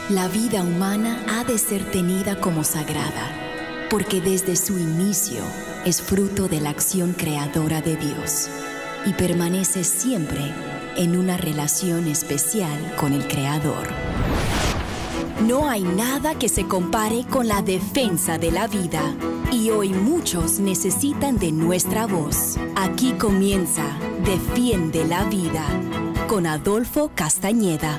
La vida humana ha de ser tenida como sagrada, porque desde su inicio es fruto de la acción creadora de Dios y permanece siempre en una relación especial con el Creador. No hay nada que se compare con la defensa de la vida, y hoy muchos necesitan de nuestra voz. Aquí comienza Defiende la Vida con Adolfo Castañeda.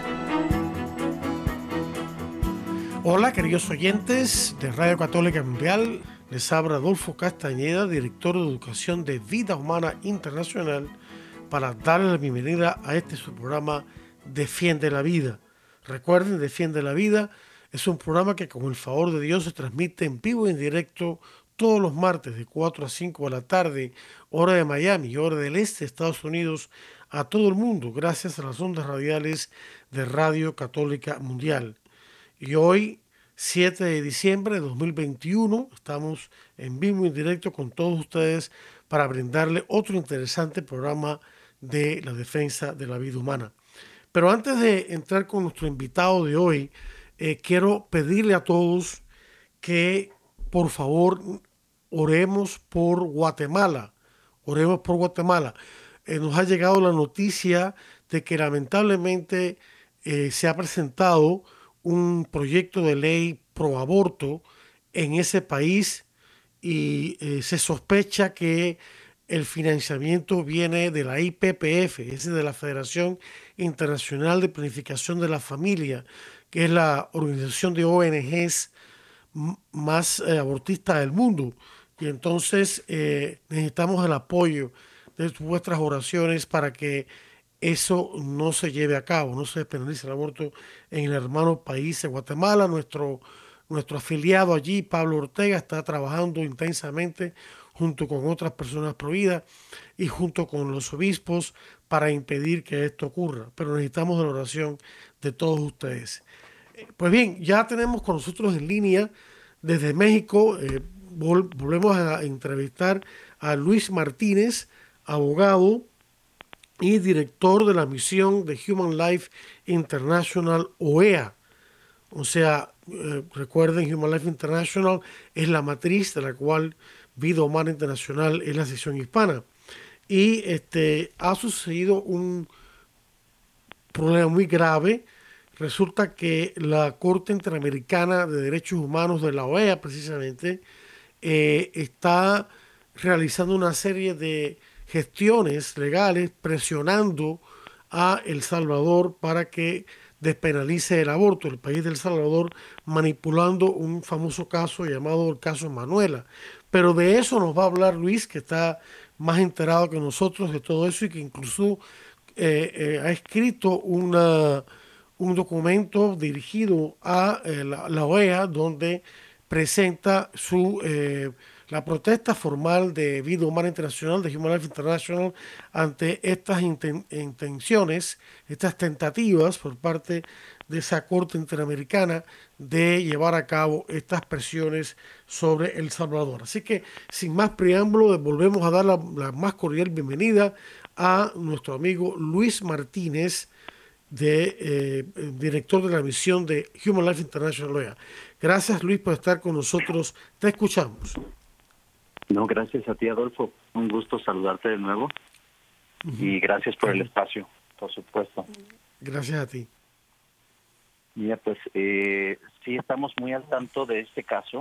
Hola, queridos oyentes de Radio Católica Mundial. Les habla Adolfo Castañeda, director de Educación de Vida Humana Internacional, para darles la bienvenida a su programa Defiende la Vida. Recuerden, Defiende la Vida es un programa que con el favor de Dios se transmite en vivo y en directo todos los martes de 4 a 5 de la tarde, hora de Miami, hora del este de Estados Unidos, a todo el mundo, gracias a las ondas radiales de Radio Católica Mundial. Y hoy, 7 de diciembre de 2021, estamos en vivo y en directo con todos ustedes para brindarle otro interesante programa de la defensa de la vida humana. Pero antes de entrar con nuestro invitado de hoy, quiero pedirle a todos que, por favor, oremos por Guatemala. Oremos por Guatemala. Nos ha llegado la noticia de que lamentablemente se ha presentado un proyecto de ley pro aborto en ese país y se sospecha que el financiamiento viene de la IPPF, es de la Federación Internacional de Planificación de la Familia, que es la organización de ONGs más abortista del mundo. Y entonces necesitamos el apoyo de vuestras oraciones para que eso no se lleve a cabo, no se despenalice el aborto en el hermano país de Guatemala. Nuestro afiliado allí, Pablo Ortega, está trabajando intensamente junto con otras personas pro vida y junto con los obispos para impedir que esto ocurra. Pero necesitamos la oración de todos ustedes. Pues bien, ya tenemos con nosotros en línea desde México, volvemos a entrevistar a Luis Martínez, abogado y director de la misión de Human Life International, OEA. O sea, recuerden, Human Life International es la matriz de la cual Vida Humana Internacional es la sección hispana. Y ha sucedido un problema muy grave. Resulta que la Corte Interamericana de Derechos Humanos de la OEA, precisamente, está realizando una serie de gestiones legales presionando a El Salvador para que despenalice el aborto. El país de El Salvador manipulando un famoso caso llamado el caso Manuela. Pero de eso nos va a hablar Luis, que está más enterado que nosotros de todo eso y que incluso ha escrito un documento dirigido a la OEA donde presenta la protesta formal de Vida Humana Internacional, de Human Life International, ante estas intenciones, estas tentativas por parte de esa Corte Interamericana de llevar a cabo estas presiones sobre El Salvador. Así que, sin más preámbulo, volvemos a dar la más cordial bienvenida a nuestro amigo Luis Martínez, director de la misión de Human Life International OEA. Gracias, Luis, por estar con nosotros. Te escuchamos. No, gracias a ti, Adolfo. Un gusto saludarte de nuevo. Y gracias por el espacio, por supuesto. Gracias a ti. Mira, pues sí estamos muy al tanto de este caso,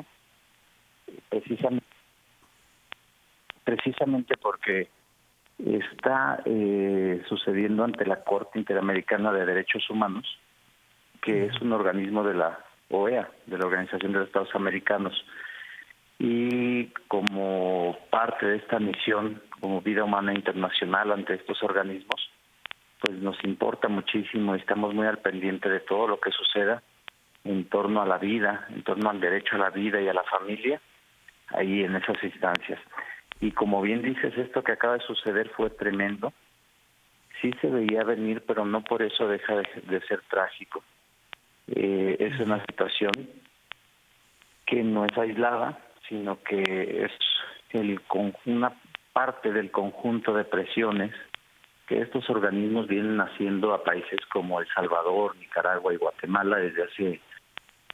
precisamente porque está sucediendo ante la Corte Interamericana de Derechos Humanos, que es un organismo de la OEA, de la Organización de los Estados Americanos. Y como parte de esta misión, como Vida Humana Internacional ante estos organismos, pues nos importa muchísimo y estamos muy al pendiente de todo lo que suceda en torno a la vida, en torno al derecho a la vida y a la familia, ahí en esas instancias. Y como bien dices, esto que acaba de suceder fue tremendo. Sí se veía venir, pero no por eso deja de ser trágico. Es una situación que no es aislada, sino que es una parte del conjunto de presiones que estos organismos vienen haciendo a países como El Salvador, Nicaragua y Guatemala desde hace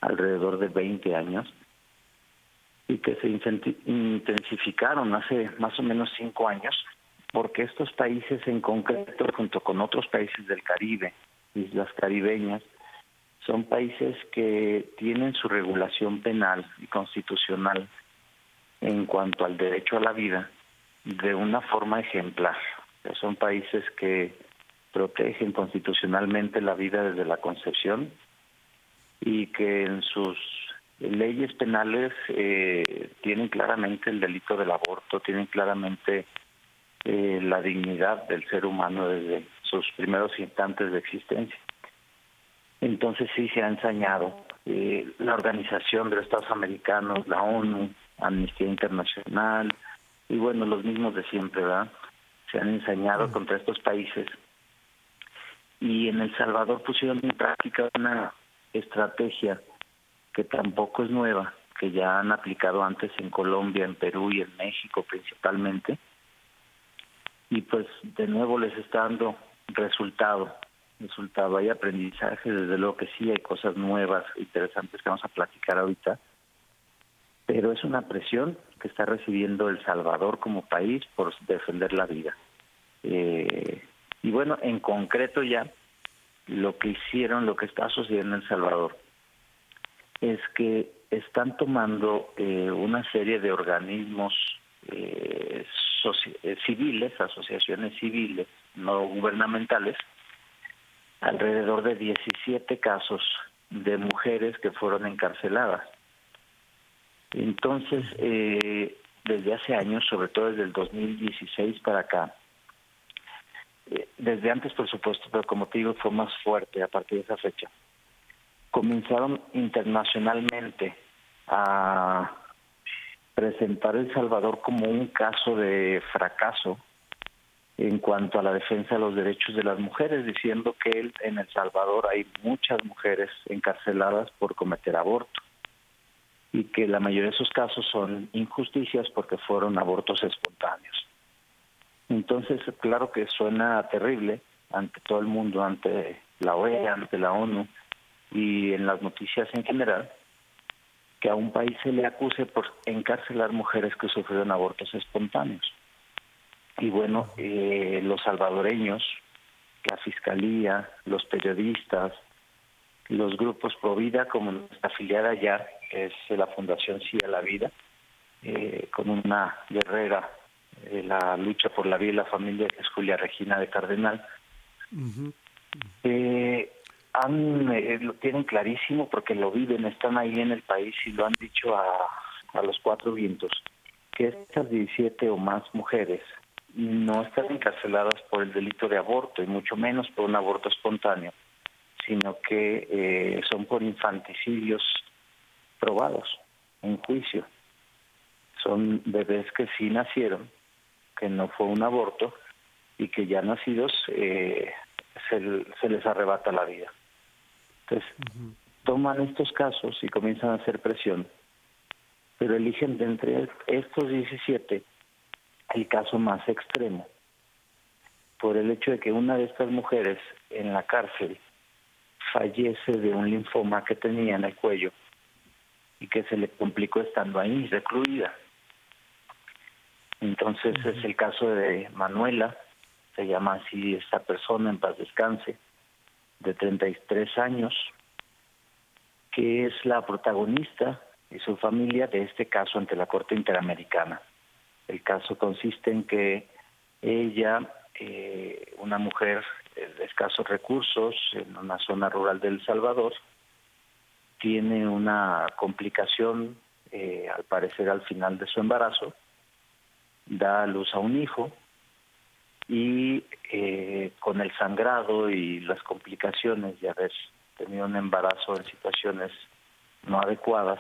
alrededor de 20 años, y que se intensificaron hace más o menos 5 años, porque estos países en concreto, junto con otros países del Caribe, islas caribeñas, son países que tienen su regulación penal y constitucional en cuanto al derecho a la vida de una forma ejemplar. Son países que protegen constitucionalmente la vida desde la concepción y que en sus leyes penales tienen claramente el delito del aborto, tienen claramente la dignidad del ser humano desde sus primeros instantes de existencia. Entonces sí se ha ensañado la Organización de los Estados Americanos, la ONU, Amnistía Internacional y bueno, los mismos de siempre, ¿verdad? Se han ensañado contra estos países, y en El Salvador pusieron en práctica una estrategia que tampoco es nueva, que ya han aplicado antes en Colombia, en Perú y en México principalmente, y pues de nuevo les está dando resultado. Hay aprendizaje, desde luego que sí, hay cosas nuevas, interesantes que vamos a platicar ahorita, pero es una presión que está recibiendo El Salvador como país por defender la vida. Y bueno, en concreto ya, lo que hicieron, lo que está sucediendo en El Salvador, es que están tomando una serie de organismos civiles, asociaciones civiles, no gubernamentales, alrededor de 17 casos de mujeres que fueron encarceladas. Entonces, desde hace años, sobre todo desde el 2016 para acá, desde antes por supuesto, pero como te digo, fue más fuerte a partir de esa fecha, comenzaron internacionalmente a presentar El Salvador como un caso de fracaso en cuanto a la defensa de los derechos de las mujeres, diciendo que en El Salvador hay muchas mujeres encarceladas por cometer aborto y que la mayoría de esos casos son injusticias porque fueron abortos espontáneos. Entonces, claro que suena terrible ante todo el mundo, ante la OEA, ante la ONU y en las noticias en general, que a un país se le acuse por encarcelar mujeres que sufrieron abortos espontáneos. Y bueno, los salvadoreños, la Fiscalía, los periodistas, los grupos Pro Vida, como nuestra afiliada ya, que es la Fundación Sí a la Vida, con una guerrera de la lucha por la vida y la familia, que es Julia Regina de Cardenal, lo tienen clarísimo porque lo viven, están ahí en el país y lo han dicho a los cuatro vientos, que estas 17 o más mujeres no están encarceladas por el delito de aborto y mucho menos por un aborto espontáneo, sino que son por infanticidios probados en juicio. Son bebés que sí nacieron, que no fue un aborto y que ya nacidos se les arrebata la vida. Entonces, toman estos casos y comienzan a hacer presión, pero eligen de entre estos 17 el caso más extremo, por el hecho de que una de estas mujeres en la cárcel fallece de un linfoma que tenía en el cuello y que se le complicó estando ahí recluida. Entonces es el caso de Manuela, se llama así esta persona, en paz descanse, de 33 años, que es la protagonista y su familia de este caso ante la Corte Interamericana. El caso consiste en que ella, una mujer de escasos recursos en una zona rural de El Salvador, tiene una complicación, al parecer al final de su embarazo, da a luz a un hijo y con el sangrado y las complicaciones de haber tenido un embarazo en situaciones no adecuadas,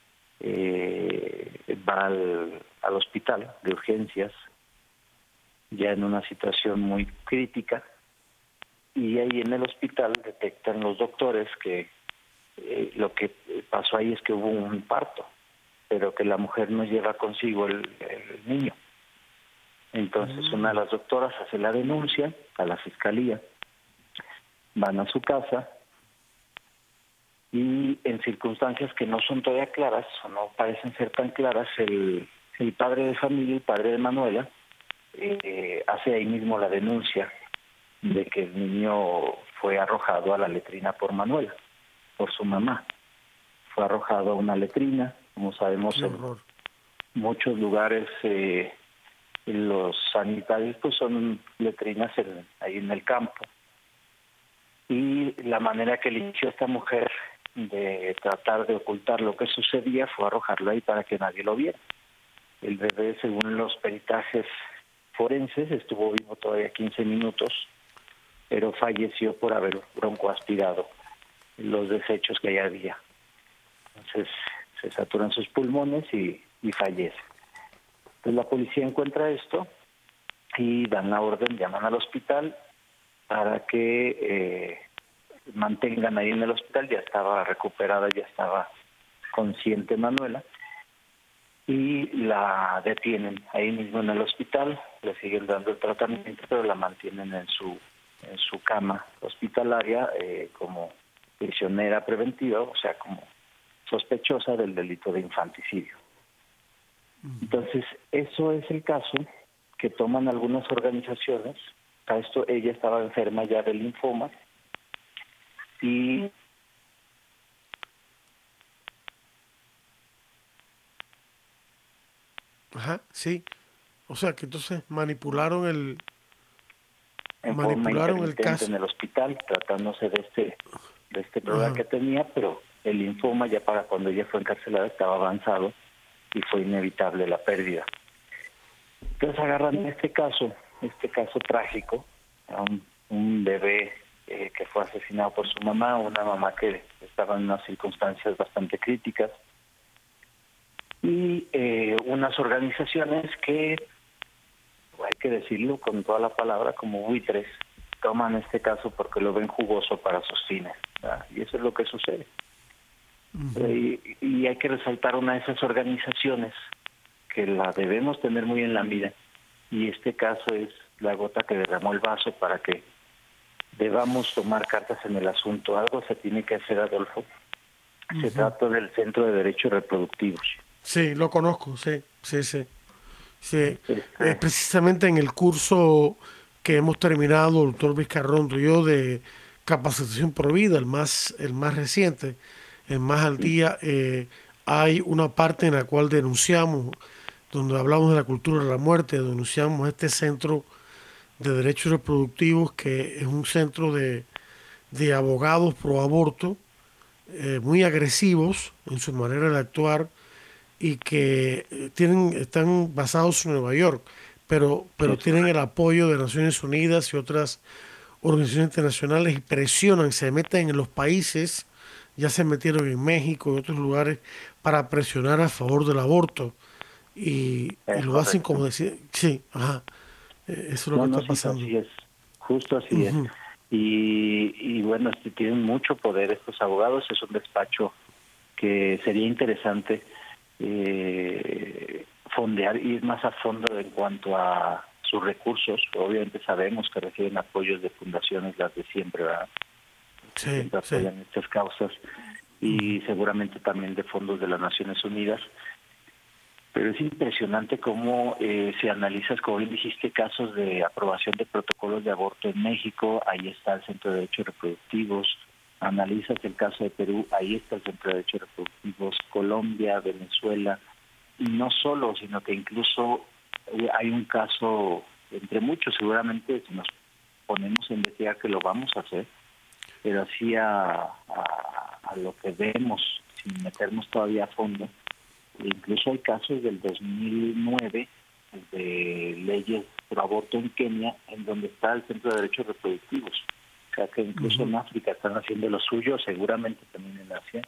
va al hospital de urgencias ya en una situación muy crítica, y ahí en el hospital detectan los doctores que lo que pasó ahí es que hubo un parto, pero que la mujer no lleva consigo el niño. Entonces una de las doctoras hace la denuncia a la Fiscalía, van a su casa Y en circunstancias que no son todavía claras o no parecen ser tan claras, el padre de familia, el padre de Manuela, hace ahí mismo la denuncia de que el niño fue arrojado a la letrina por Manuela, por su mamá. Fue arrojado a una letrina, como sabemos, en muchos lugares los sanitarios pues son letrinas ahí en el campo. Y la manera que eligió esta mujer de tratar de ocultar lo que sucedía fue arrojarlo ahí para que nadie lo viera. El bebé, según los peritajes forenses, estuvo vivo todavía 15 minutos, pero falleció por haber broncoaspirado los desechos que ya había. Entonces se saturan sus pulmones y fallece. Entonces la policía encuentra esto y dan la orden, llaman al hospital para que mantengan ahí en el hospital. Ya estaba recuperada, ya estaba consciente Manuela, y la detienen ahí mismo en el hospital, le siguen dando el tratamiento, pero la mantienen en su cama hospitalaria como prisionera preventiva, o sea, como sospechosa del delito de infanticidio. Entonces, eso es el caso que toman algunas organizaciones. A esto ella estaba enferma ya de linfoma y Ajá, sí. O sea, que entonces manipularon el caso en el hospital, tratándose de este problema que tenía, pero el linfoma ya para cuando ella fue encarcelada estaba avanzado y fue inevitable la pérdida. Entonces agarran este caso trágico, a un bebé que fue asesinado por su mamá, una mamá que estaba en unas circunstancias bastante críticas, y unas organizaciones que, hay que decirlo con toda la palabra, como buitres, toman este caso porque lo ven jugoso para sus fines, ¿verdad? Y eso es lo que sucede. Y hay que resaltar una de esas organizaciones que la debemos tener muy en la mira, y este caso es la gota que derramó el vaso para que debamos tomar cartas en el asunto. Algo se tiene que hacer, Adolfo. Se trata del Centro de Derechos Reproductivos. Sí, lo conozco, sí. Precisamente en el curso que hemos terminado, el doctor Vizcarrón y yo, de capacitación por vida, el más reciente, el más al día, hay una parte en la cual denunciamos, donde hablamos de la cultura de la muerte, denunciamos este centro de derechos reproductivos, que es un centro de abogados pro aborto, muy agresivos en su manera de actuar, y que están basados en Nueva York, pero tienen el apoyo de Naciones Unidas y otras organizaciones internacionales, y presionan, se meten en los países, ya se metieron en México y otros lugares, para presionar a favor del aborto, y lo hacen como decir, sí, ajá, eso es lo que está pasando. Así es, justo así es. Y bueno, tienen mucho poder estos abogados. Es un despacho que sería interesante fondear, ir más a fondo en cuanto a sus recursos. Obviamente sabemos que reciben apoyos de fundaciones, las de siempre, ¿verdad? Sí, siempre apoyan estas causas, y seguramente también de fondos de las Naciones Unidas. Pero es impresionante cómo si analizas, como bien dijiste, casos de aprobación de protocolos de aborto en México, ahí está el Centro de Derechos Reproductivos. Analizas el caso de Perú, ahí está el Centro de Derechos Reproductivos. Colombia, Venezuela, y no solo, sino que incluso hay un caso, entre muchos, seguramente si nos ponemos a investigar, que lo vamos a hacer, pero así a lo que vemos, sin meternos todavía a fondo. Incluso hay casos del 2009 de leyes pro aborto en Kenia, en donde está el Centro de Derechos Reproductivos. O sea que incluso en África están haciendo lo suyo, seguramente también en Asia.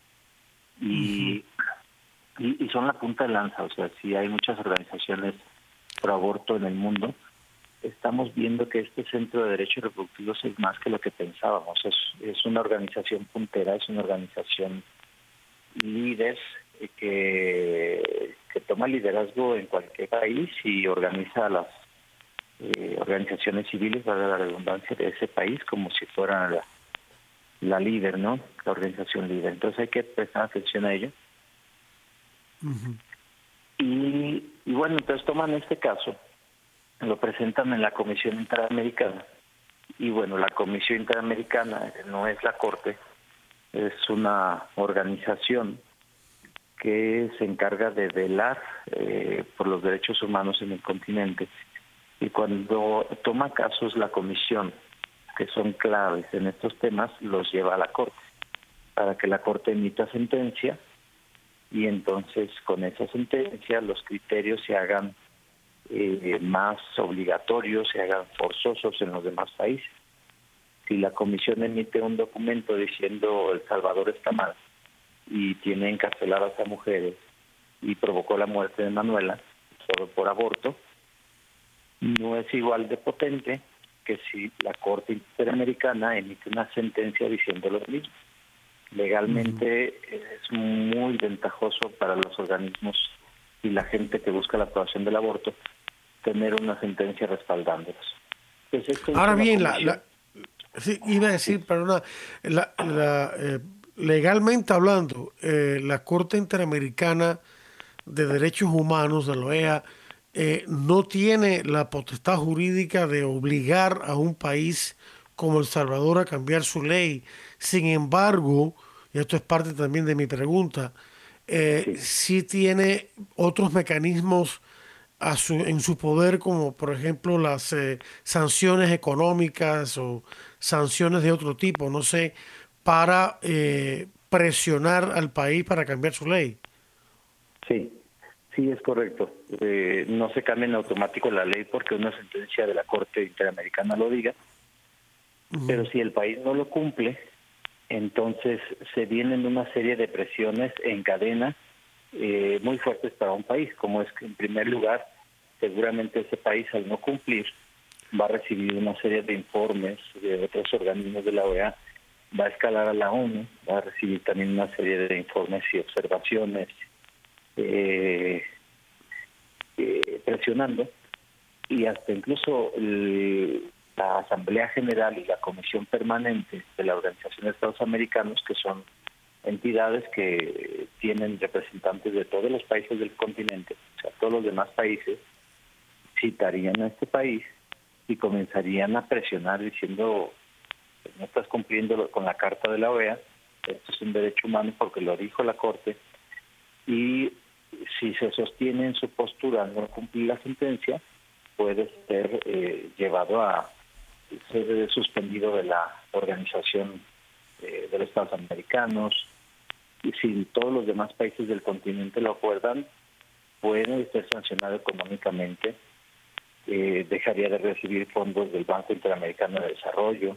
Y son la punta de lanza. O sea, si hay muchas organizaciones pro aborto en el mundo, estamos viendo que este Centro de Derechos Reproductivos es más que lo que pensábamos. Es una organización puntera, es una organización líder que toma liderazgo en cualquier país y organiza a las organizaciones civiles, valga la redundancia, de ese país como si fueran la líder, ¿no? La organización líder. Entonces hay que prestar atención a ello. Ujú. Y bueno, entonces toman este caso, lo presentan en la Comisión Interamericana. Y bueno, la Comisión Interamericana no es la Corte, es una organización que se encarga de velar por los derechos humanos en el continente. Y cuando toma casos la Comisión, que son claves en estos temas, los lleva a la Corte, para que la Corte emita sentencia, y entonces con esa sentencia los criterios se hagan más obligatorios, se hagan forzosos en los demás países. Si la Comisión emite un documento diciendo El Salvador está mal y tiene encarceladas a mujeres y provocó la muerte de Manuela solo por aborto, no es igual de potente que si la Corte Interamericana emite una sentencia diciendo lo mismo. Legalmente es muy ventajoso para los organismos y la gente que busca la aprobación del aborto tener una sentencia respaldándolos. Entonces, Ahora bien, sí, iba a decir, perdona, legalmente hablando, la Corte Interamericana de Derechos Humanos de la OEA no tiene la potestad jurídica de obligar a un país como El Salvador a cambiar su ley. Sin embargo, y esto es parte también de mi pregunta, sí tiene otros mecanismos en su poder, como por ejemplo las sanciones económicas o sanciones de otro tipo, no sé, para presionar al país para cambiar su ley. Sí, sí, es correcto. No se cambia en automático la ley porque una sentencia de la Corte Interamericana lo diga, pero si el país no lo cumple, entonces se vienen una serie de presiones en cadena muy fuertes para un país, como es que en primer lugar, seguramente ese país al no cumplir va a recibir una serie de informes de otros organismos de la OEA, va a escalar a la ONU, va a recibir también una serie de informes y observaciones presionando, y hasta incluso la Asamblea General y la Comisión Permanente de la Organización de Estados Americanos, que son entidades que tienen representantes de todos los países del continente, o sea, todos los demás países, citarían a este país y comenzarían a presionar diciendo: no estás cumpliendo con la Carta de la OEA, esto es un derecho humano porque lo dijo la Corte, y si se sostiene en su postura no cumplir la sentencia, puede ser llevado a ser suspendido de la Organización de los Estados Americanos, y si todos los demás países del continente lo acuerdan, puede ser sancionado económicamente, dejaría de recibir fondos del Banco Interamericano de Desarrollo,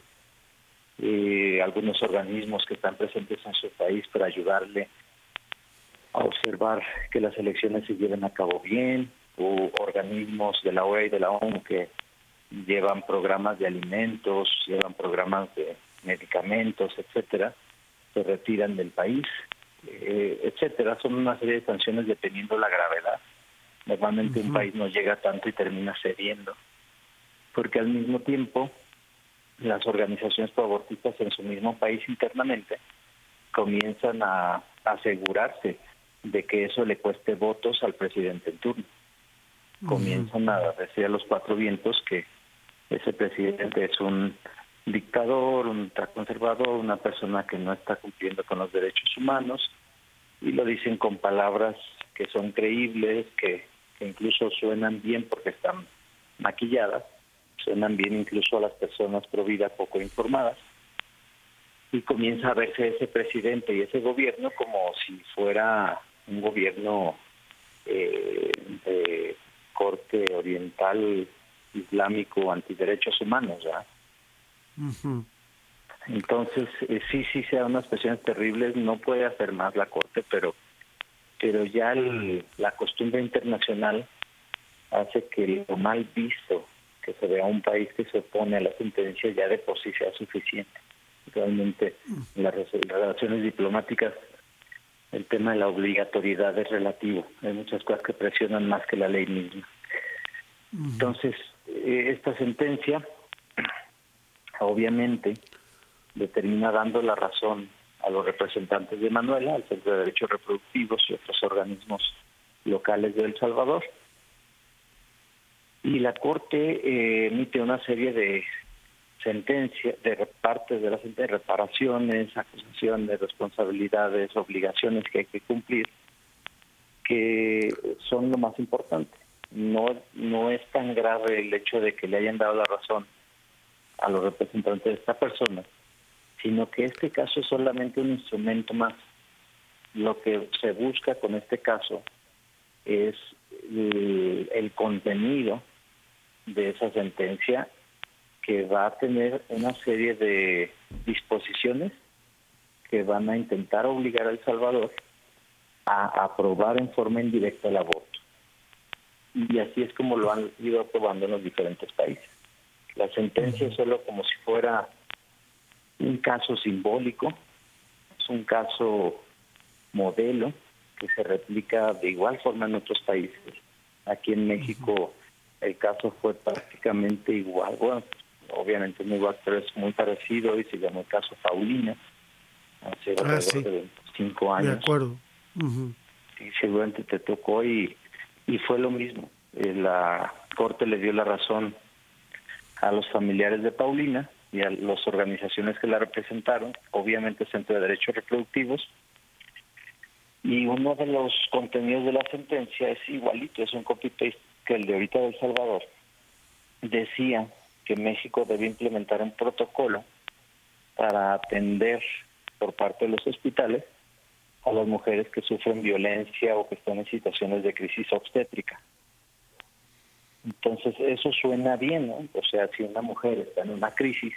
algunos organismos que están presentes en su país para ayudarle a observar que las elecciones se lleven a cabo bien, o organismos de la OEA y de la ONU que llevan programas de alimentos, llevan programas de medicamentos, etcétera, se retiran del país, etcétera. Son una serie de sanciones dependiendo la gravedad. Normalmente un país no llega tanto y termina cediendo, porque al mismo tiempo las organizaciones proabortistas en su mismo país internamente comienzan a asegurarse de que eso le cueste votos al presidente en turno. Comienzan a decir a los cuatro vientos que ese presidente es un dictador, un ultraconservador, una persona que no está cumpliendo con los derechos humanos, y lo dicen con palabras que son creíbles, que incluso suenan bien porque están maquilladas, suenan bien incluso a las personas pro vida poco informadas, y comienza a verse ese presidente y ese gobierno como si fuera un gobierno de corte oriental, islámico, antiderechos humanos, ¿verdad? Entonces, sí se dan unas presiones terribles, no puede hacer más la Corte, pero ya la costumbre internacional hace que lo mal visto que se vea un país que se opone a la sentencia ya de por sí sea suficiente. Realmente en las relaciones diplomáticas el tema de la obligatoriedad es relativo. Hay muchas cosas que presionan más que la ley misma. Entonces, esta sentencia, obviamente, determina dando la razón a los representantes de Manuela, al Centro de Derechos Reproductivos y otros organismos locales de El Salvador. Y la Corte emite una serie de sentencias, de partes de las reparaciones, acusaciones, responsabilidades, obligaciones que hay que cumplir, que son lo más importante. No es tan grave el hecho de que le hayan dado la razón a los representantes de esta persona, sino que este caso es solamente un instrumento más. Lo que se busca con este caso es el contenido de esa sentencia, que va a tener una serie de disposiciones que van a intentar obligar a El Salvador a aprobar en forma indirecta el aborto. Y así es como lo han ido aprobando en los diferentes países. La sentencia es solo como si fuera un caso simbólico, es un caso modelo que se replica de igual forma en otros países. Aquí en México el caso fue prácticamente igual, bueno, obviamente no igual, pero es muy parecido y se llamó el caso Paulina, hace alrededor de 25 años. De acuerdo. Sí, seguramente te tocó y fue lo mismo. La Corte le dio la razón a los familiares de Paulina y a las organizaciones que la representaron, obviamente el Centro de Derechos Reproductivos, y uno de los contenidos de la sentencia es igualito, es un copy-paste que el de ahorita de El Salvador. Decía que México debe implementar un protocolo para atender por parte de los hospitales a las mujeres que sufren violencia o que están en situaciones de crisis obstétrica. Entonces, eso suena bien, ¿no? O sea, si una mujer está en una crisis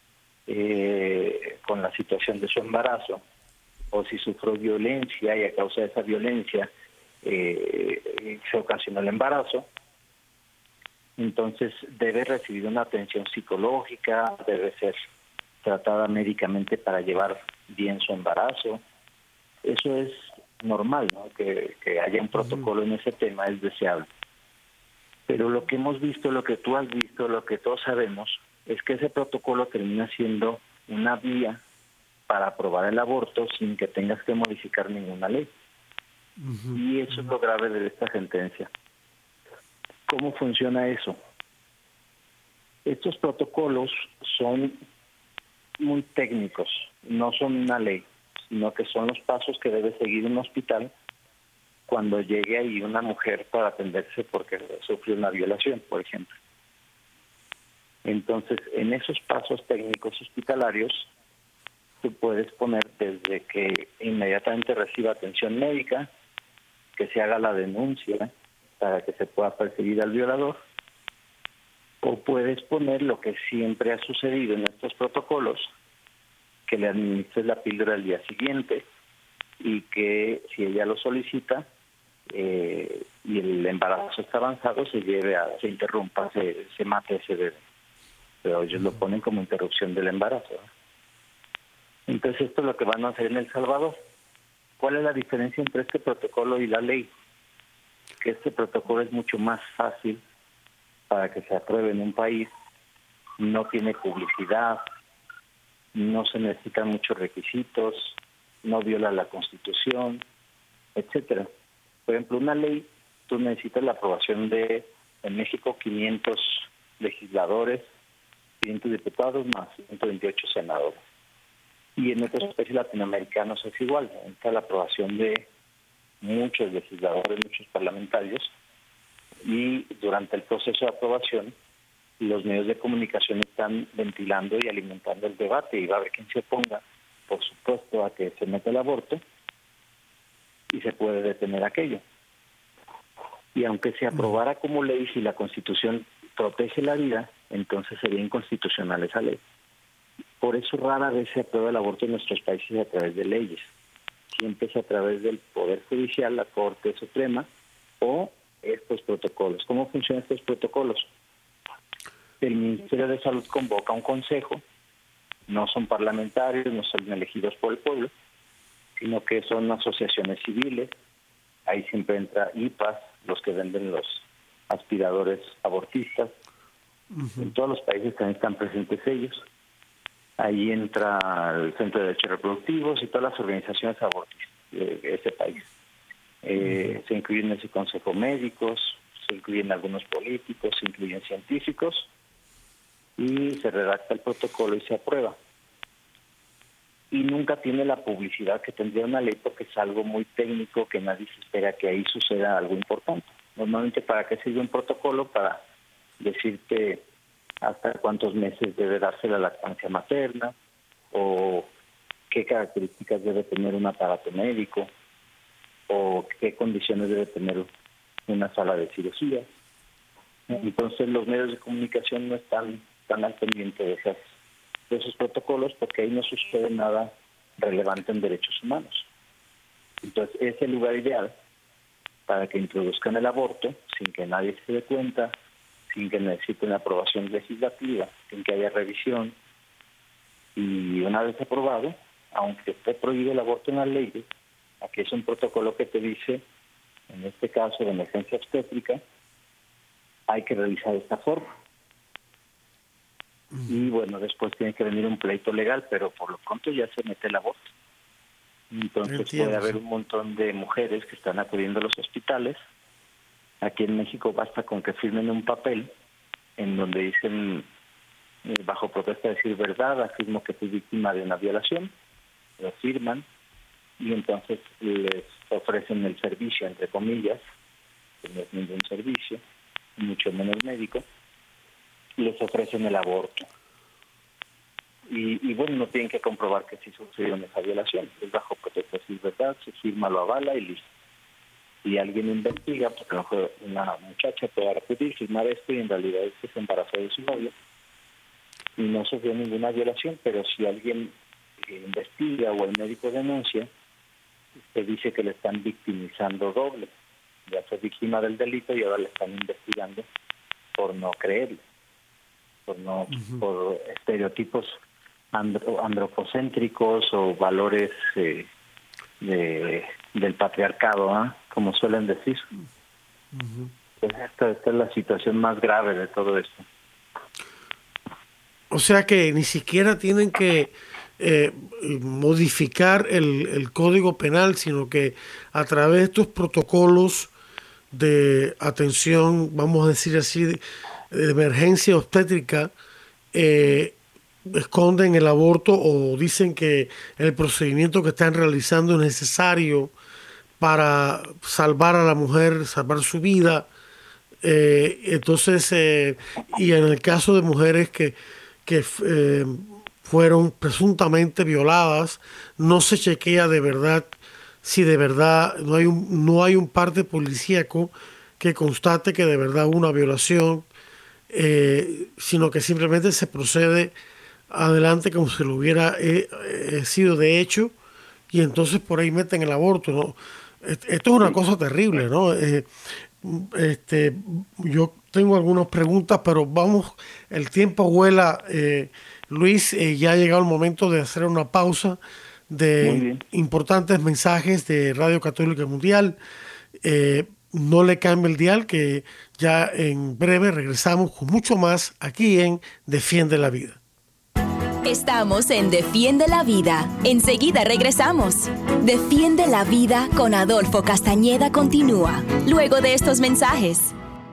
con la situación de su embarazo, o si sufrió violencia y a causa de esa violencia se ocasionó el embarazo, entonces debe recibir una atención psicológica, debe ser tratada médicamente para llevar bien su embarazo. Eso es normal, ¿no? Que haya un protocolo en ese tema es deseable. Pero lo que hemos visto, lo que tú has visto, lo que todos sabemos, es que ese protocolo termina siendo una vía para aprobar el aborto sin que tengas que modificar ninguna ley. Y eso es lo grave de esta sentencia. ¿Cómo funciona eso? Estos protocolos son muy técnicos, no son una ley, sino que son los pasos que debe seguir un hospital cuando llegue ahí una mujer para atenderse porque sufrió una violación, por ejemplo. Entonces, en esos pasos técnicos hospitalarios, tú puedes poner desde que inmediatamente reciba atención médica, que se haga la denuncia para que se pueda perseguir al violador, o puedes poner lo que siempre ha sucedido en estos protocolos, que le administres la píldora al día siguiente y que si ella lo solicita y el embarazo está avanzado, se interrumpa, se mate ese bebé. Pero ellos lo ponen como interrupción del embarazo, ¿no? Entonces esto es lo que van a hacer en El Salvador. ¿Cuál es la diferencia entre este protocolo y la ley? Que este protocolo es mucho más fácil para que se apruebe en un país, no tiene publicidad, no se necesitan muchos requisitos, no viola la Constitución, etcétera. Por ejemplo, una ley, tú necesitas la aprobación de, en México, 500 legisladores, 500 diputados más 128 senadores. Y en otros países latinoamericanos es igual, necesita la aprobación de muchos legisladores, muchos parlamentarios, y durante el proceso de aprobación los medios de comunicación están ventilando y alimentando el debate y va a haber quien se oponga, por supuesto, a que se meta el aborto y se puede detener aquello. Y aunque se aprobara como ley, si la Constitución protege la vida, entonces sería inconstitucional esa ley. Por eso rara vez se aprueba el aborto en nuestros países a través de leyes. Siempre es a través del Poder Judicial, la Corte Suprema o estos protocolos. ¿Cómo funcionan estos protocolos? El Ministerio de Salud convoca un consejo, no son parlamentarios, no son elegidos por el pueblo, sino que son asociaciones civiles. Ahí siempre entra IPAS, los que venden los aspiradores abortistas. En todos los países también están presentes ellos. Ahí entra el Centro de Derechos Reproductivos y todas las organizaciones abortistas de ese país. Se incluyen en ese consejo médicos, se incluyen algunos políticos, se incluyen científicos y se redacta el protocolo y se aprueba. Y nunca tiene la publicidad que tendría una ley porque es algo muy técnico que nadie se espera que ahí suceda algo importante. Normalmente, ¿para qué sirve un protocolo? Para decirte hasta cuántos meses debe darse la lactancia materna o qué características debe tener un aparato médico o qué condiciones debe tener una sala de cirugía. Entonces los medios de comunicación no están tan al pendiente de esos protocolos porque ahí no sucede nada relevante en derechos humanos. Entonces es el lugar ideal para que introduzcan el aborto sin que nadie se dé cuenta, sin que necesite una aprobación legislativa, sin que haya revisión. Y una vez aprobado, aunque esté prohibido el aborto en las leyes, aquí es un protocolo que te dice, en este caso de emergencia obstétrica, hay que realizar esta forma. Y bueno, después tiene que venir un pleito legal, pero por lo pronto ya se mete el aborto. Entonces puede haber un montón de mujeres que están acudiendo a los hospitales. Aquí en México basta con que firmen un papel en donde dicen, bajo protesta de decir verdad, afirmo que fui víctima de una violación, lo firman y entonces les ofrecen el servicio, entre comillas, que no es ningún servicio, mucho menos médico, les ofrecen el aborto. Y bueno, no tienen que comprobar que sí sucedió esa violación, es bajo protesta de decir verdad, se firma, lo avala y listo. Y alguien investiga, porque a lo mejor una muchacha puede acudir, firmar esto y en realidad es que se embarazó de su novio y no sufrió ninguna violación, pero si alguien investiga o el médico denuncia, se dice que le están victimizando doble. Ya fue víctima del delito y ahora le están investigando por no creerle, por estereotipos andropocéntricos o valores del patriarcado, como suelen decir. Pues esta es la situación más grave de todo esto. O sea que ni siquiera tienen que modificar el Código Penal, sino que a través de estos protocolos de atención, vamos a decir así, de emergencia obstétrica, esconden el aborto o dicen que el procedimiento que están realizando es necesario para salvar a la mujer, salvar su vida. Entonces, y en el caso de mujeres que fueron presuntamente violadas, no se chequea de verdad si de verdad no hay un parte policíaco que constate que de verdad hubo una violación, sino que simplemente se procede adelante como si lo hubiera sido de hecho, y entonces por ahí meten el aborto, ¿no? Esto es una cosa terrible, ¿no? Yo tengo algunas preguntas, pero vamos, el tiempo vuela. Luis, ya ha llegado el momento de hacer una pausa de importantes mensajes de Radio Católica Mundial. No le cambie el dial, que ya en breve regresamos con mucho más aquí en Defiende la Vida. Estamos en Defiende la Vida. Enseguida regresamos. Defiende la Vida con Adolfo Castañeda continúa luego de estos mensajes.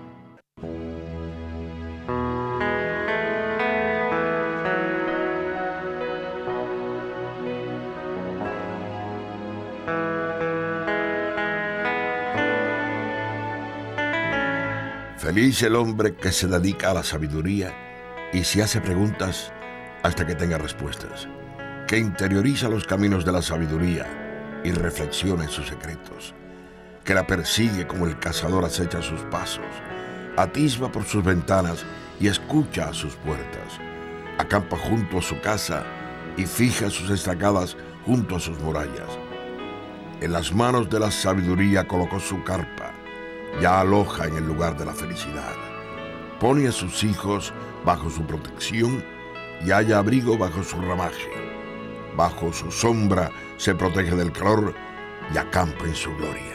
Feliz el hombre que se dedica a la sabiduría y se hace preguntas hasta que tenga respuestas, que interioriza los caminos de la sabiduría y reflexiona en sus secretos, que la persigue como el cazador acecha sus pasos, atisba por sus ventanas y escucha a sus puertas, acampa junto a su casa y fija sus estacadas junto a sus murallas. En las manos de la sabiduría colocó su carpa, ya aloja en el lugar de la felicidad. Pone a sus hijos bajo su protección y halla abrigo bajo su ramaje. Bajo su sombra se protege del calor y acampa en su gloria.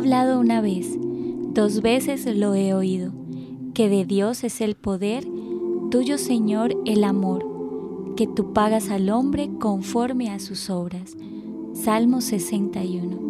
hablado una vez, 2 veces lo he oído, que de Dios es el poder, tuyo, Señor, el amor, que tú pagas al hombre conforme a sus obras. Salmo 61.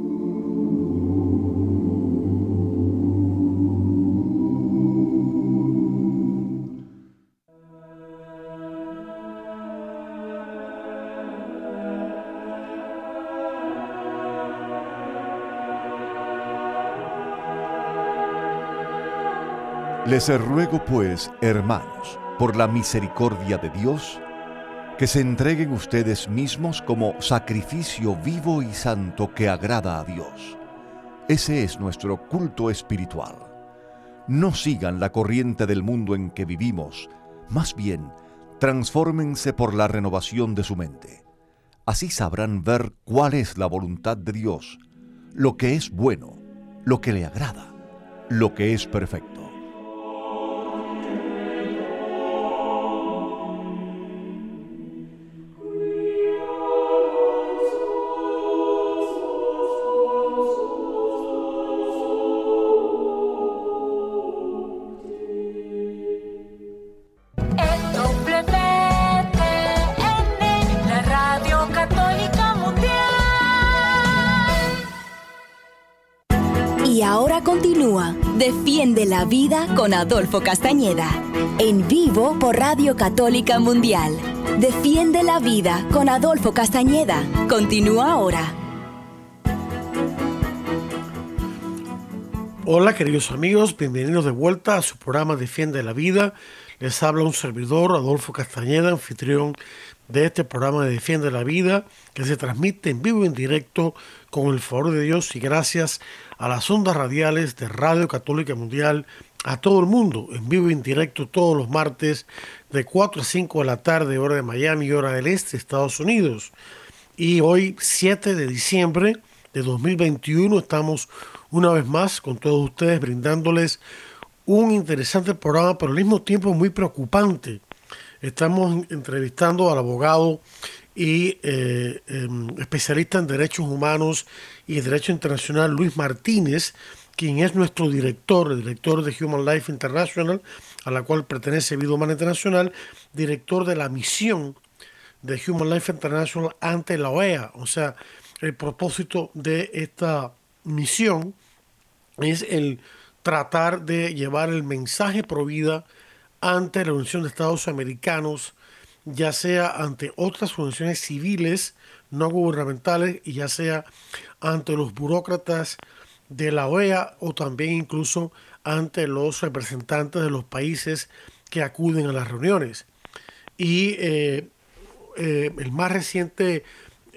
Les ruego pues, hermanos, por la misericordia de Dios, que se entreguen ustedes mismos como sacrificio vivo y santo que agrada a Dios. Ese es nuestro culto espiritual. No sigan la corriente del mundo en que vivimos, más bien, transfórmense por la renovación de su mente. Así sabrán ver cuál es la voluntad de Dios, lo que es bueno, lo que le agrada, lo que es perfecto. Y ahora continúa Defiende la Vida con Adolfo Castañeda, en vivo por Radio Católica Mundial. Defiende la Vida con Adolfo Castañeda. Continúa ahora. Hola queridos amigos, bienvenidos de vuelta a su programa Defiende la Vida. Les habla un servidor, Adolfo Castañeda, anfitrión de este programa de Defiende la Vida, que se transmite en vivo y en directo con el favor de Dios y gracias a las ondas radiales de Radio Católica Mundial a todo el mundo, en vivo y en directo todos los martes de 4 a 5 de la tarde, hora de Miami, hora del este, Estados Unidos. Y hoy, 7 de diciembre de 2021, estamos una vez más con todos ustedes brindándoles un interesante programa, pero al mismo tiempo muy preocupante. Estamos entrevistando al abogado y especialista en derechos humanos y derecho internacional Luis Martínez, quien es nuestro director, el director de Human Life International, a la cual pertenece Vida Humana Internacional, director de la misión de Human Life International ante la OEA. O sea, el propósito de esta misión es el tratar de llevar el mensaje pro vida ante la Organización de Estados Americanos, ya sea ante otras organizaciones civiles no gubernamentales y ya sea ante los burócratas de la OEA o también incluso ante los representantes de los países que acuden a las reuniones. Y la más reciente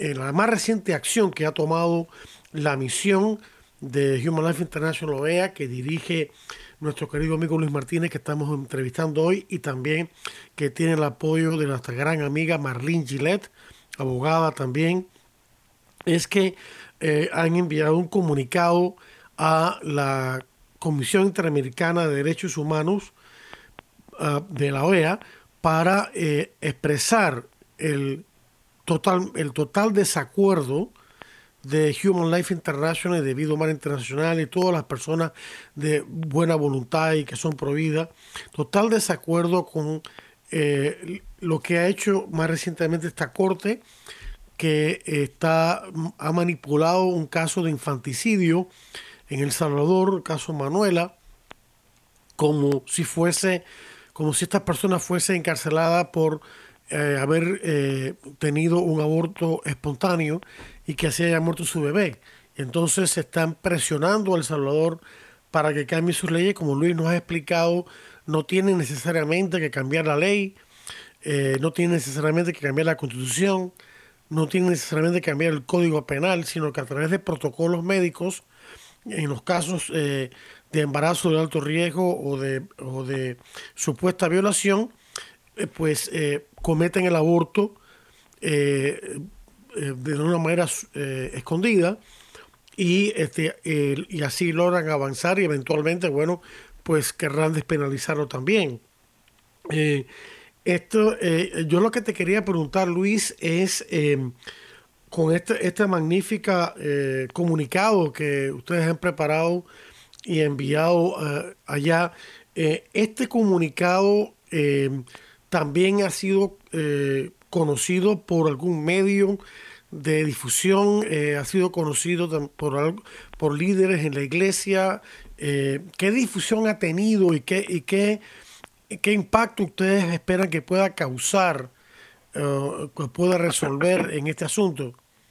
acción que ha tomado la misión de Human Life International OEA, que dirige nuestro querido amigo Luis Martínez, que estamos entrevistando hoy, y también que tiene el apoyo de nuestra gran amiga Marlene Gillette, abogada también, es que han enviado un comunicado a la Comisión Interamericana de Derechos Humanos de la OEA para expresar el total desacuerdo de Human Life International y de Vida Humana Internacional y todas las personas de buena voluntad y que son pro vida, total desacuerdo con lo que ha hecho más recientemente esta corte, que ha manipulado un caso de infanticidio en El Salvador, el caso Manuela, como si esta persona fuese encarcelada por haber tenido un aborto espontáneo y que así haya muerto su bebé. Entonces se están presionando a El Salvador para que cambie sus leyes. Como Luis nos ha explicado, no tienen necesariamente que cambiar la ley, no tienen necesariamente que cambiar la Constitución, no tienen necesariamente que cambiar el Código Penal, sino que a través de protocolos médicos, en los casos de embarazo de alto riesgo o de supuesta violación, cometen el aborto de una manera escondida y así logran avanzar y eventualmente, pues querrán despenalizarlo también. Yo lo que te quería preguntar, Luis, es con este magnífica comunicado que ustedes han preparado y enviado allá. Este comunicado también ha sido conocido por algún medio de difusión, ha sido conocido por líderes en la iglesia. ¿Qué difusión ha tenido y qué impacto ustedes esperan que pueda causar, que pueda resolver en este asunto?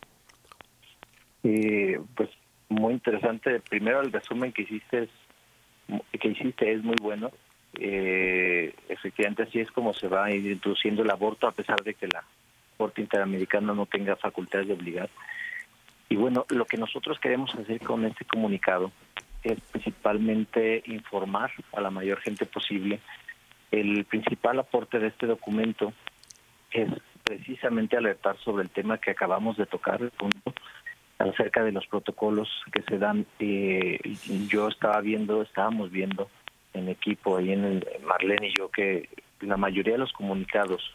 Pues muy interesante. Primero, el resumen que hiciste es muy bueno. Efectivamente, así es como se va a ir introduciendo el aborto, a pesar de que la Corte Interamericana no tenga facultades de obligar. Y bueno, lo que nosotros queremos hacer con este comunicado es principalmente informar a la mayor gente posible. El principal aporte de este documento es precisamente alertar sobre el tema que acabamos de tocar, el punto acerca de los protocolos que se dan. Estábamos viendo en equipo ahí Marlene y yo, que la mayoría de los comunicados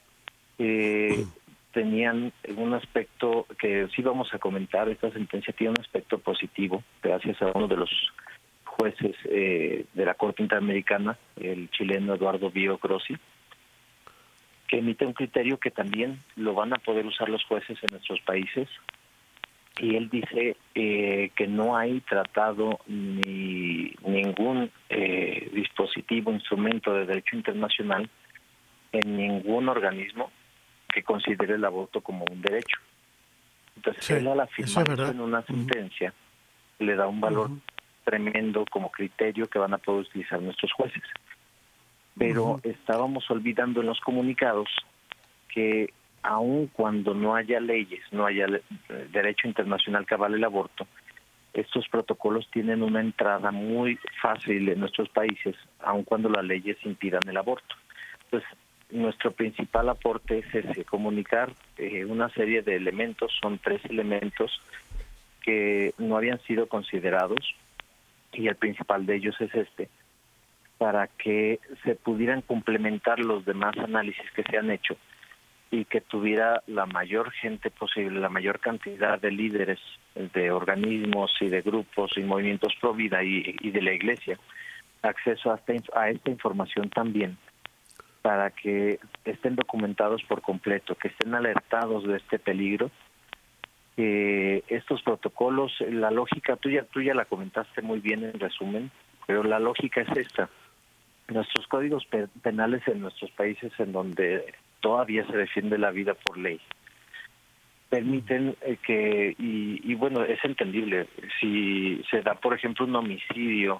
tenían un aspecto que sí vamos a comentar. Esta sentencia tiene un aspecto positivo gracias a uno de los jueces de la Corte Interamericana, el chileno Eduardo Bío Grossi, que emite un criterio que también lo van a poder usar los jueces en nuestros países. Y él dice que no hay tratado ni ningún dispositivo, instrumento de derecho internacional en ningún organismo que considere el aborto como un derecho. Entonces, sí, él al afirmar en una sentencia le da un valor tremendo como criterio que van a poder utilizar nuestros jueces. Pero estábamos olvidando en los comunicados que aun cuando no haya leyes, no haya derecho internacional que avale el aborto, estos protocolos tienen una entrada muy fácil en nuestros países, aun cuando las leyes impidan el aborto. Entonces, nuestro principal aporte es ese, comunicar una serie de elementos. Son 3 elementos que no habían sido considerados, y el principal de ellos es este, para que se pudieran complementar los demás análisis que se han hecho y que tuviera la mayor gente posible, la mayor cantidad de líderes, de organismos y de grupos y movimientos pro vida y de la iglesia, acceso a esta información también, para que estén documentados por completo, que estén alertados de este peligro. Estos protocolos, la lógica, tú ya la comentaste muy bien en resumen, pero la lógica es esta. Nuestros códigos penales en nuestros países, en donde todavía se defiende la vida por ley, permiten que, y bueno, es entendible, si se da, por ejemplo, un homicidio,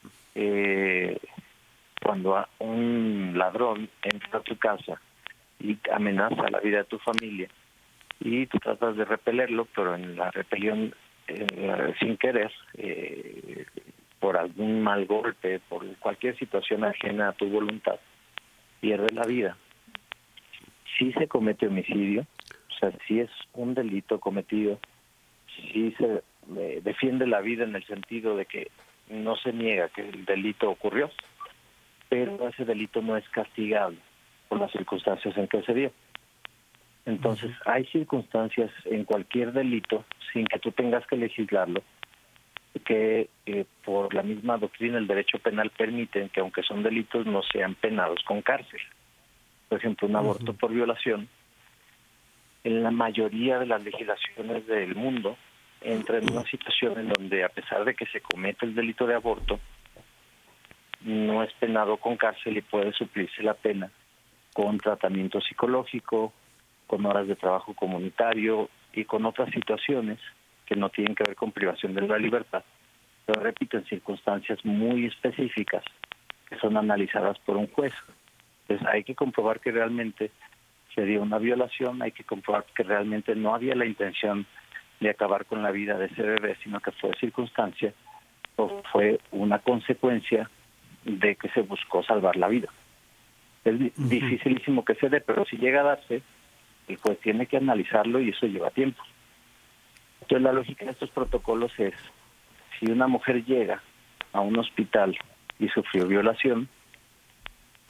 cuando un ladrón entra a tu casa y amenaza la vida de tu familia, y tú tratas de repelerlo, pero en la repelión, sin querer, por algún mal golpe, por cualquier situación ajena a tu voluntad, pierde la vida. Si se comete homicidio, o sea, si es un delito cometido, si se defiende la vida en el sentido de que no se niega que el delito ocurrió, pero ese delito no es castigable por las circunstancias en que se dio. Entonces, hay circunstancias en cualquier delito, sin que tú tengas que legislarlo, que por la misma doctrina del derecho penal permiten que, aunque son delitos, no sean penados con cárcel. Por ejemplo, un aborto por violación, en la mayoría de las legislaciones del mundo, entra en una situación en donde, a pesar de que se comete el delito de aborto, no es penado con cárcel y puede suplirse la pena con tratamiento psicológico, con horas de trabajo comunitario y con otras situaciones que no tienen que ver con privación de la libertad, pero repito, en circunstancias muy específicas que son analizadas por un juez. Entonces hay que comprobar que realmente se dio una violación, hay que comprobar que realmente no había la intención de acabar con la vida de ese bebé, sino que fue circunstancia o fue una consecuencia de que se buscó salvar la vida. Es dificilísimo que se dé, pero si llega a darse, el juez tiene que analizarlo y eso lleva tiempo. Entonces la lógica de estos protocolos es, si una mujer llega a un hospital y sufrió violación,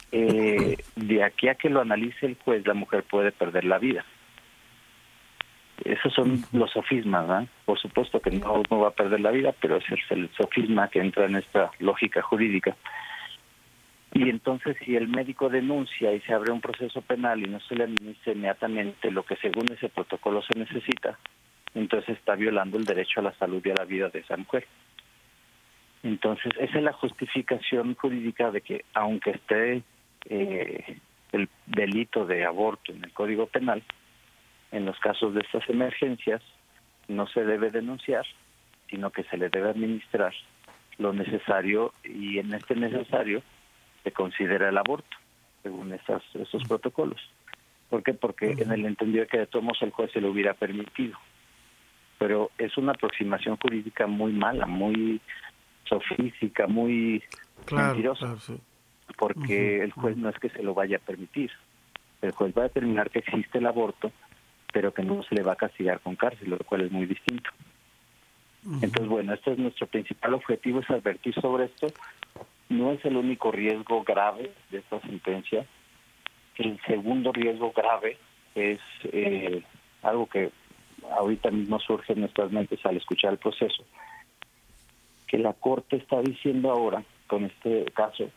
de aquí a que lo analice el juez, la mujer puede perder la vida. Esos son los sofismas, ¿no? Por supuesto que no va a perder la vida, pero ese es el sofisma que entra en esta lógica jurídica. Y entonces, si el médico denuncia y se abre un proceso penal y no se le administra inmediatamente lo que según ese protocolo se necesita, entonces está violando el derecho a la salud y a la vida de esa mujer. Entonces, esa es la justificación jurídica de que, aunque esté el delito de aborto en el Código Penal, en los casos de estas emergencias no se debe denunciar, sino que se le debe administrar lo necesario, y en este necesario se considera el aborto, según esos protocolos. ¿Por qué? Porque en el entendido que de todos modos el juez se lo hubiera permitido. Pero es una aproximación jurídica muy mala, muy sofística, muy mentirosa. Claro, sí. Porque el juez no es que se lo vaya a permitir. El juez va a determinar que existe el aborto, pero que no se le va a castigar con cárcel, lo cual es muy distinto. Entonces, bueno, este es nuestro principal objetivo, es advertir sobre esto. No es el único riesgo grave de esta sentencia. El segundo riesgo grave es algo que ahorita mismo surge en nuestras mentes al escuchar el proceso, que la Corte está diciendo ahora, con este caso,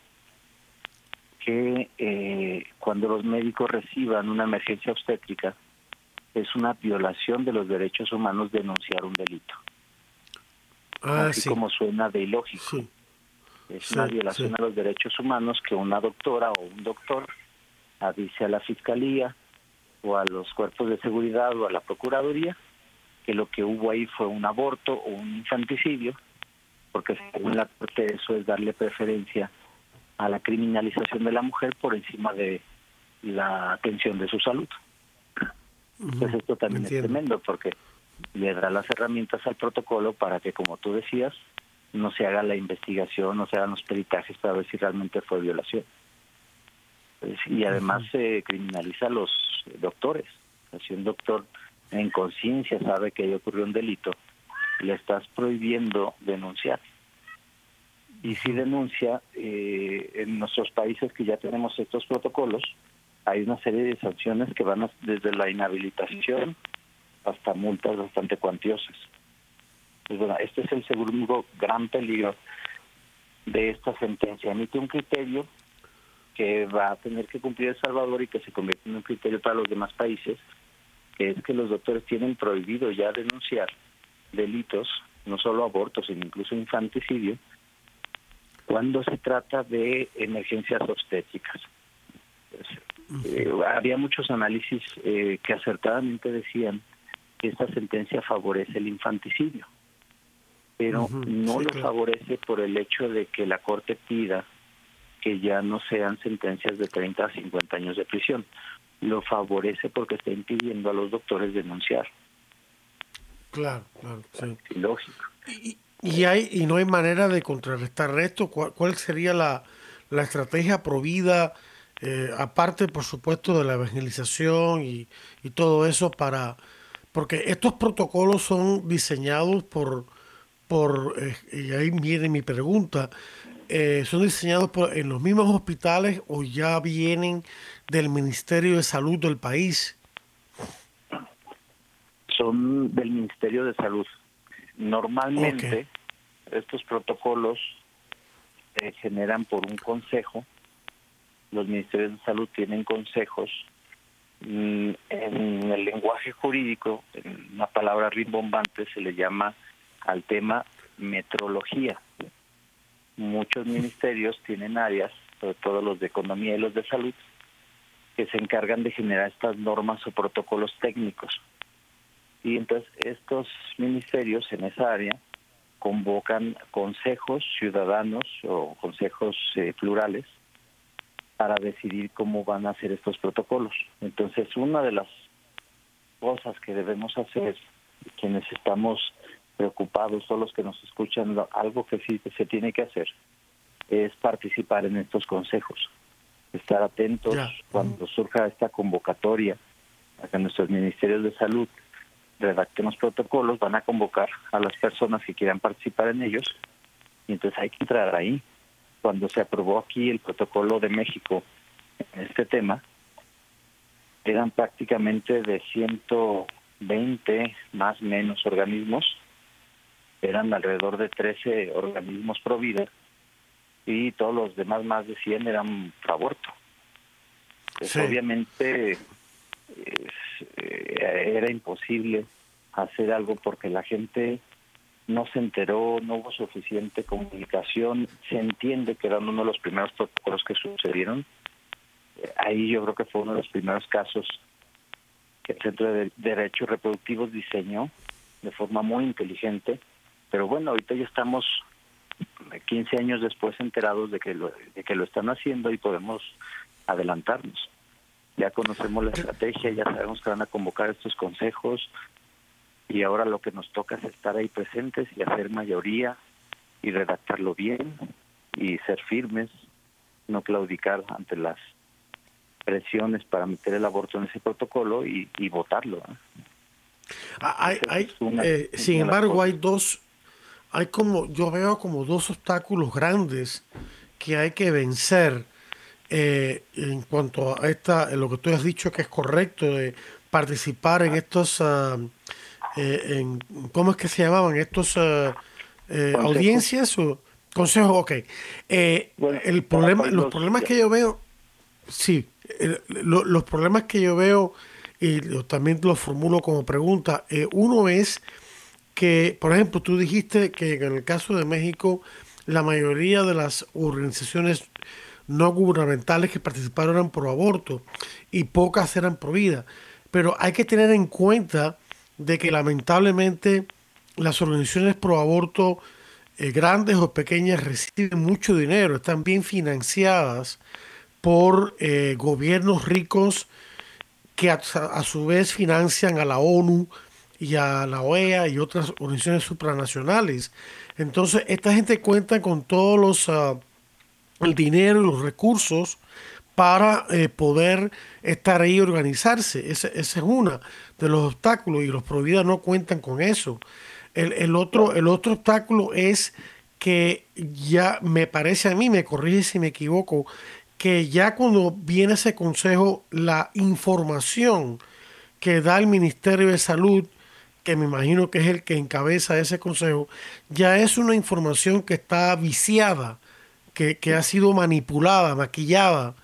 que cuando los médicos reciban una emergencia obstétrica, es una violación de los derechos humanos denunciar un delito. Así como suena de ilógico. Sí. Es una violación a los derechos humanos que una doctora o un doctor avise a la Fiscalía o a los cuerpos de seguridad o a la Procuraduría que lo que hubo ahí fue un aborto o un infanticidio, porque según la Corte eso es darle preferencia a la criminalización de la mujer por encima de la atención de su salud. Pues esto también es tremendo, porque le da las herramientas al protocolo para que, como tú decías, no se haga la investigación, no se hagan los peritajes para ver si realmente fue violación. Y además se criminaliza a los doctores. Si un doctor en conciencia sabe que ahí ocurrió un delito, le estás prohibiendo denunciar. Y si denuncia, en nuestros países que ya tenemos estos protocolos, hay una serie de sanciones que van desde la inhabilitación hasta multas bastante cuantiosas. Pues bueno, este es el segundo gran peligro de esta sentencia. Emite un criterio que va a tener que cumplir El Salvador y que se convierte en un criterio para los demás países, que es que los doctores tienen prohibido ya denunciar delitos, no solo abortos, sino incluso infanticidio, cuando se trata de emergencias obstétricas. Había muchos análisis que acertadamente decían que esta sentencia favorece el infanticidio, pero no lo favorece por el hecho de que la Corte pida que ya no sean sentencias de 30 a 50 años de prisión. Lo favorece porque está impidiendo a los doctores denunciar. Claro, sí. Lógico. Y no hay manera de contrarrestar esto. ¿Cuál sería la estrategia provida, aparte, por supuesto, de la evangelización y todo eso, porque estos protocolos son diseñados y ahí viene mi pregunta, ¿son diseñados en los mismos hospitales o ya vienen del Ministerio de Salud del país? Son del Ministerio de Salud. Normalmente estos protocolos se generan por un consejo. Los ministerios de salud tienen consejos. En el lenguaje jurídico, en una palabra rimbombante, se le llama al tema metrología. Muchos ministerios tienen áreas, sobre todo los de economía y los de salud, que se encargan de generar estas normas o protocolos técnicos. Y entonces estos ministerios en esa área convocan consejos ciudadanos o consejos plurales para decidir cómo van a hacer estos protocolos. Entonces, una de las cosas que debemos hacer, quienes estamos preocupados, todos los que nos escuchan, algo que sí se tiene que hacer, es participar en estos consejos, estar atentos cuando surja esta convocatoria a que nuestros ministerios de salud redacten los protocolos, van a convocar a las personas que quieran participar en ellos, y entonces hay que entrar ahí. Cuando se aprobó aquí el protocolo de México en este tema, eran prácticamente de 100 20 más o menos organismos, eran alrededor de 13 organismos pro vida, y todos los demás, más de 100, eran pro aborto. Pues sí. Obviamente era imposible hacer algo porque la gente no se enteró, no hubo suficiente comunicación. Se entiende que eran uno de los primeros protocolos que sucedieron. Ahí yo creo que fue uno de los primeros casos que el Centro de Derechos Reproductivos diseñó de forma muy inteligente. Pero bueno, ahorita ya estamos 15 años después enterados de que lo están haciendo y podemos adelantarnos. Ya conocemos la estrategia, ya sabemos que van a convocar estos consejos, y ahora lo que nos toca es estar ahí presentes y hacer mayoría y redactarlo bien y ser firmes, no claudicar ante las presiones para meter el aborto en ese protocolo y votarlo. Sin embargo, yo veo como dos obstáculos grandes que hay que vencer en cuanto a lo que tú has dicho que es correcto de participar en estos ¿cómo es que se llamaban? Estos audiencias o consejos. Ok. Los problemas que yo veo, sí, los problemas que yo veo, y también los formulo como pregunta, uno es que, por ejemplo, tú dijiste que en el caso de México, la mayoría de las organizaciones no gubernamentales que participaron eran pro aborto y pocas eran pro vida. Pero hay que tener en cuenta de que lamentablemente las organizaciones pro aborto, grandes o pequeñas, reciben mucho dinero, están bien financiadas por gobiernos ricos que a su vez financian a la ONU y a la OEA y otras organizaciones supranacionales. Entonces, esta gente cuenta con todos el dinero y los recursos para poder estar ahí y organizarse. Ese es uno de los obstáculos, y los pro vida no cuentan con eso. El otro obstáculo es que ya me parece a mí, me corrige si me equivoco, que ya cuando viene ese consejo, la información que da el Ministerio de Salud, que me imagino que es el que encabeza ese consejo, ya es una información que está viciada, que ha sido manipulada, maquillada.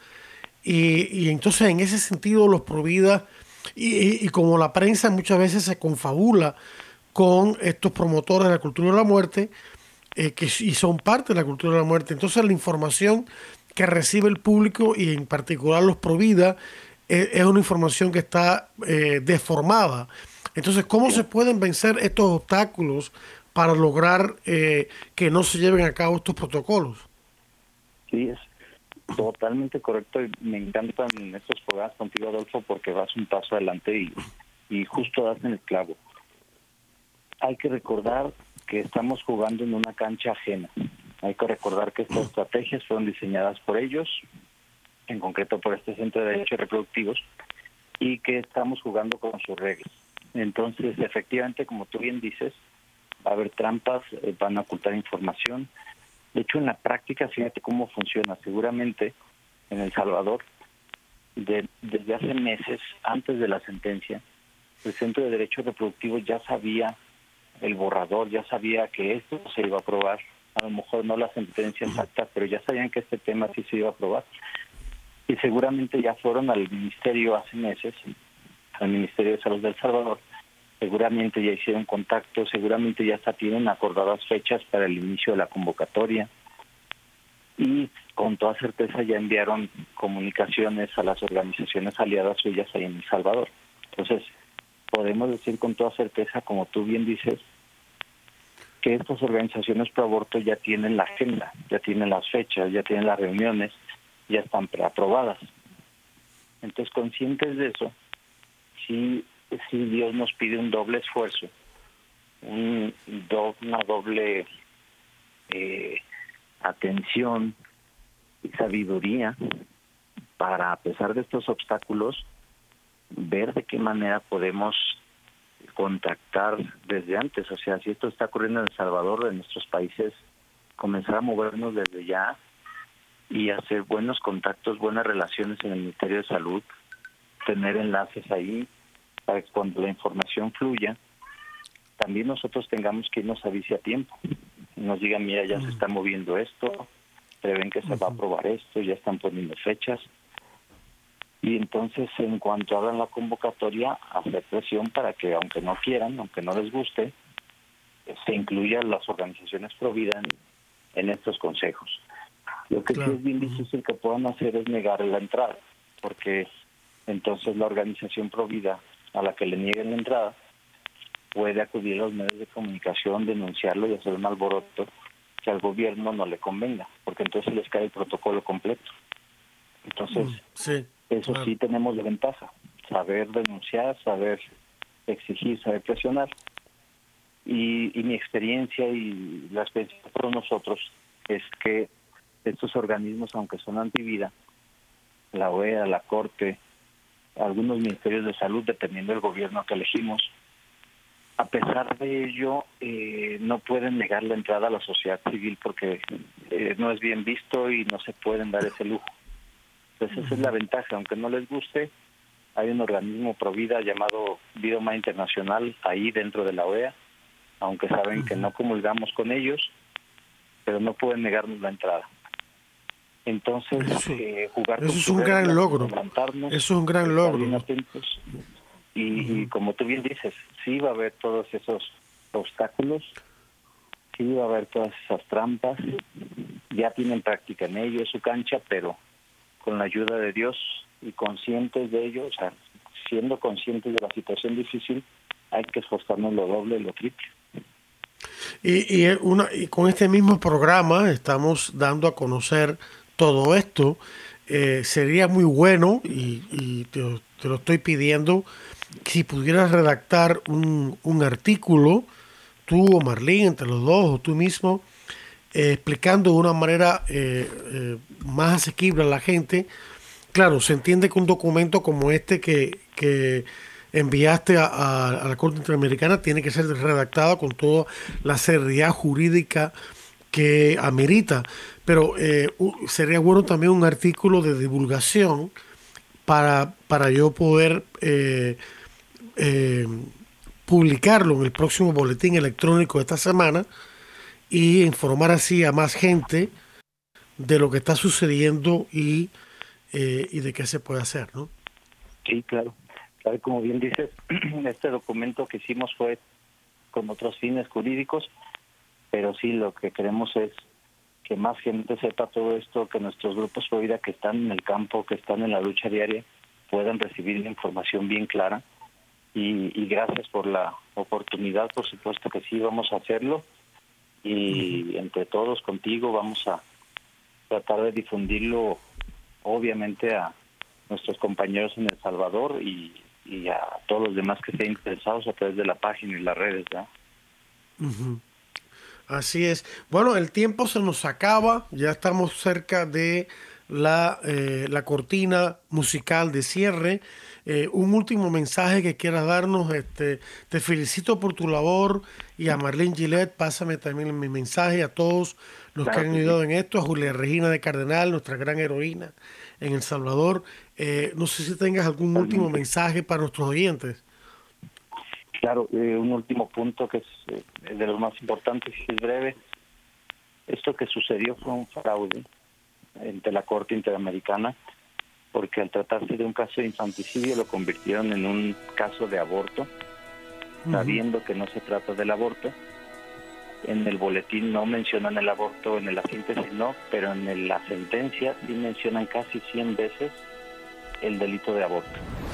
Y entonces en ese sentido los pro vida, y como la prensa muchas veces se confabula con estos promotores de la cultura de la muerte, y son parte de la cultura de la muerte, entonces la información que recibe el público y en particular los pro vida es una información que está deformada. Entonces, ¿cómo se pueden vencer estos obstáculos para lograr que no se lleven a cabo estos protocolos? Sí, es totalmente correcto, y me encantan estos programas contigo, Adolfo, porque vas un paso adelante y justo das en el clavo. Hay que recordar que estamos jugando en una cancha ajena. Hay que recordar que estas estrategias fueron diseñadas por ellos, en concreto por este Centro de Derechos Reproductivos, y que estamos jugando con sus reglas. Entonces, efectivamente, como tú bien dices, va a haber trampas, van a ocultar información. De hecho, en la práctica, fíjate cómo funciona. Seguramente en El Salvador, desde hace meses, antes de la sentencia, el Centro de Derechos Reproductivos ya sabía el borrador, ya sabía que esto se iba a aprobar. A lo mejor no la sentencia exacta, pero ya sabían que este tema sí se iba a aprobar. Y seguramente ya fueron al ministerio hace meses, al Ministerio de Salud de El Salvador. Seguramente ya hicieron contacto, seguramente ya hasta tienen acordadas fechas para el inicio de la convocatoria, y con toda certeza ya enviaron comunicaciones a las organizaciones aliadas suyas ahí en El Salvador. Entonces, podemos decir con toda certeza, como tú bien dices, que estas organizaciones pro aborto ya tienen la agenda, ya tienen las fechas, ya tienen las reuniones, ya están preaprobadas. Entonces, conscientes de eso, sí Dios nos pide un doble esfuerzo, una doble atención y sabiduría para, a pesar de estos obstáculos, ver de qué manera podemos contactar desde antes. O sea, si esto está ocurriendo en El Salvador, en nuestros países, comenzar a movernos desde ya y hacer buenos contactos, buenas relaciones en el Ministerio de Salud, tener enlaces ahí, para que cuando la información fluya, también nosotros tengamos que irnos a avise a tiempo. Nos digan, mira, ya se está moviendo esto, prevén que se va a aprobar esto, ya están poniendo fechas. Y entonces, en cuanto hagan la convocatoria, hacer presión para que, aunque no quieran, aunque no les guste, se incluyan las organizaciones pro vida en estos consejos. Lo que sí es bien difícil que puedan hacer es negar la entrada, porque entonces la organización pro vida a la que le nieguen la entrada puede acudir a los medios de comunicación, denunciarlo y hacer un alboroto que al gobierno no le convenga, porque entonces les cae el protocolo completo. Entonces, eso sí tenemos de ventaja, saber denunciar, saber exigir, saber presionar. Y mi experiencia y la experiencia por nosotros es que estos organismos, aunque son antivida, la OEA, la Corte, algunos ministerios de salud, dependiendo del gobierno que elegimos, a pesar de ello, no pueden negar la entrada a la sociedad civil porque no es bien visto y no se pueden dar ese lujo. Entonces esa es la ventaja, aunque no les guste, hay un organismo pro vida llamado Vida Humana Internacional ahí dentro de la OEA, aunque saben que no comulgamos con ellos, pero no pueden negarnos la entrada. Entonces, jugar eso es un gran logro. Eso es un gran logro. Y como tú bien dices, sí va a haber todos esos obstáculos, sí va a haber todas esas trampas, ya tienen práctica en ello, es su cancha, pero con la ayuda de Dios y conscientes de ello, o sea, siendo conscientes de la situación difícil, hay que esforzarnos lo doble y lo triple. Y con este mismo programa estamos dando a conocer todo esto. Sería muy bueno, y te lo estoy pidiendo, si pudieras redactar un artículo, tú o Marlene, entre los dos, o tú mismo, explicando de una manera más asequible a la gente. Claro, se entiende que un documento como este que enviaste a la Corte Interamericana tiene que ser redactado con toda la seriedad jurídica que amerita, pero sería bueno también un artículo de divulgación para yo poder publicarlo en el próximo boletín electrónico de esta semana y informar así a más gente de lo que está sucediendo y de qué se puede hacer, ¿no? Sí, claro. Como bien dices, este documento que hicimos fue con otros fines jurídicos, pero sí lo que queremos es que más gente sepa todo esto, que nuestros grupos pro vida que están en el campo, que están en la lucha diaria, puedan recibir la información bien clara. Y gracias por la oportunidad, por supuesto que sí, vamos a hacerlo. Y entre todos, contigo, vamos a tratar de difundirlo, obviamente, a nuestros compañeros en El Salvador y a todos los demás que estén interesados a través de la página y las redes, ¿no? Así es. Bueno, el tiempo se nos acaba, ya estamos cerca de la cortina musical de cierre. Un último mensaje que quieras darnos. Te felicito por tu labor, y a Marlene Gillette, pásame también mi mensaje a todos los que han ayudado en esto, a Julia Regina de Cardenal, nuestra gran heroína en El Salvador. No sé si tengas algún último mensaje para nuestros oyentes. Claro, un último punto que es de los más importantes y es breve. Esto que sucedió fue un fraude ante la Corte Interamericana, porque al tratarse de un caso de infanticidio lo convirtieron en un caso de aborto, sabiendo que no se trata del aborto. En el boletín no mencionan el aborto, en la síntesis no, pero en la sentencia sí mencionan casi 100 veces el delito de aborto.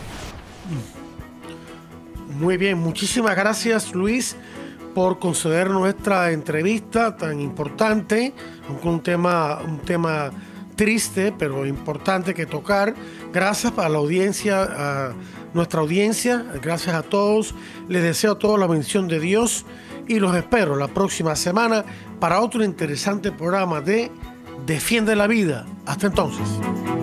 Muy bien, muchísimas gracias, Luis, por conceder nuestra entrevista tan importante, un tema triste pero importante que tocar. Gracias a la audiencia, a nuestra audiencia, gracias a todos. Les deseo a todos la bendición de Dios y los espero la próxima semana para otro interesante programa de Defiende la Vida. Hasta entonces.